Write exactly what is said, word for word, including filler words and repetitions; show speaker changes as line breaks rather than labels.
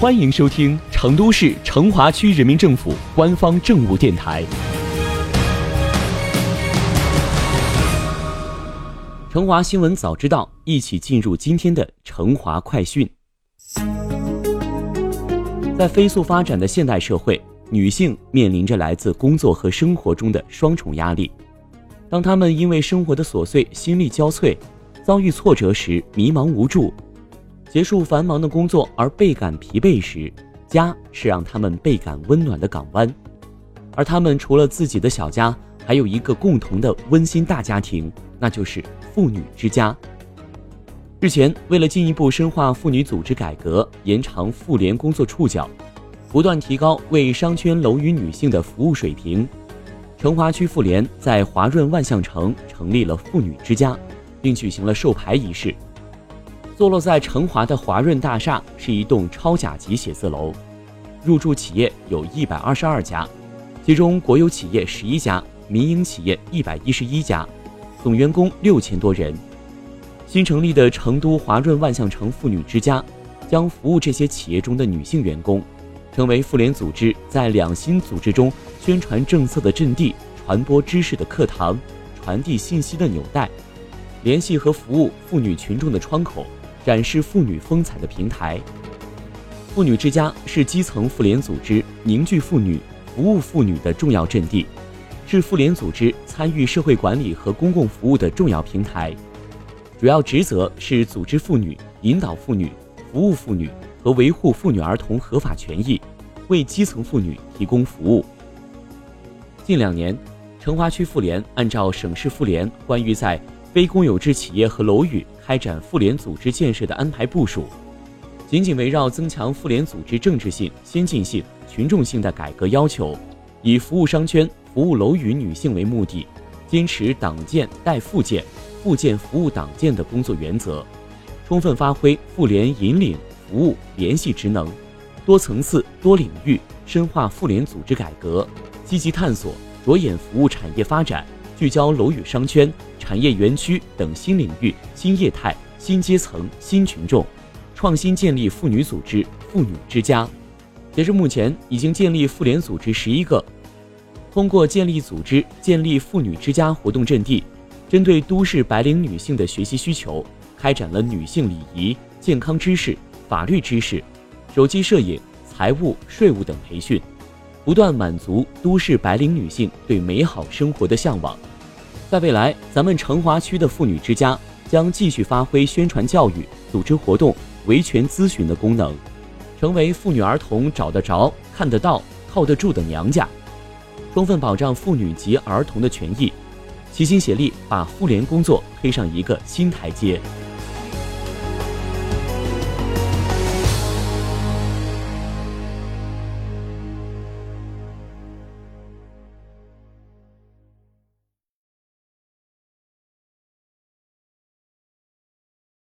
欢迎收听成都市成华区人民政府官方政务电台。成华新闻早知道，一起进入今天的成华快讯。在飞速发展的现代社会，女性面临着来自工作和生活中的双重压力。当她们因为生活的琐碎心力交瘁，遭遇挫折时迷茫无助，结束繁忙的工作而倍感疲惫时，家是让她们倍感温暖的港湾。而她们除了自己的小家，还有一个共同的温馨大家庭，那就是妇女之家。日前，为了进一步深化妇女组织改革，延长妇联工作触角，不断提高为商圈楼宇女性的服务水平，成华区妇联在华润万象城成立了妇女之家，并举行了授牌仪式。坐落在成华的华润大厦是一栋超甲级写字楼，入驻企业有一百二十二家，其中国有企业十一家，民营企业一百一十一家，总员工六千多人。新成立的成都华润万象城妇女之家将服务这些企业中的女性员工，成为妇联组织在两新组织中宣传政策的阵地，传播知识的课堂，传递信息的纽带，联系和服务妇女群众的窗口，展示妇女风采的平台。妇女之家是基层妇联组织凝聚妇女、服务妇女的重要阵地，是妇联组织参与社会管理和公共服务的重要平台。主要职责是组织妇女、引导妇女、服务妇女和维护妇女儿童合法权益，为基层妇女提供服务。近两年，成华区妇联按照省市妇联关于在非公有制企业和楼宇开展妇联组织建设的安排部署，紧紧围绕增强妇联组织政治性、先进性、群众性的改革要求，以服务商圈、服务楼宇女性为目的，坚持党建带妇建、妇建服务党建的工作原则，充分发挥妇联引领、服务、联系职能，多层次、多领域深化妇联组织改革，积极探索、着眼服务产业发展，聚焦楼宇商圈、产业园区等新领域、新业态、新阶层、新群众，创新建立妇女组织妇女之家。截至目前，已经建立妇联组织十一个。通过建立组织、建立妇女之家活动阵地，针对都市白领女性的学习需求，开展了女性礼仪、健康知识、法律知识、手机摄影、财务、税务等培训，不断满足都市白领女性对美好生活的向往。在未来，咱们成华区的妇女之家将继续发挥宣传教育、组织活动、维权咨询的功能，成为妇女儿童找得着、看得到、靠得住的娘家，充分保障妇女及儿童的权益，齐心协力把妇联工作推上一个新台阶。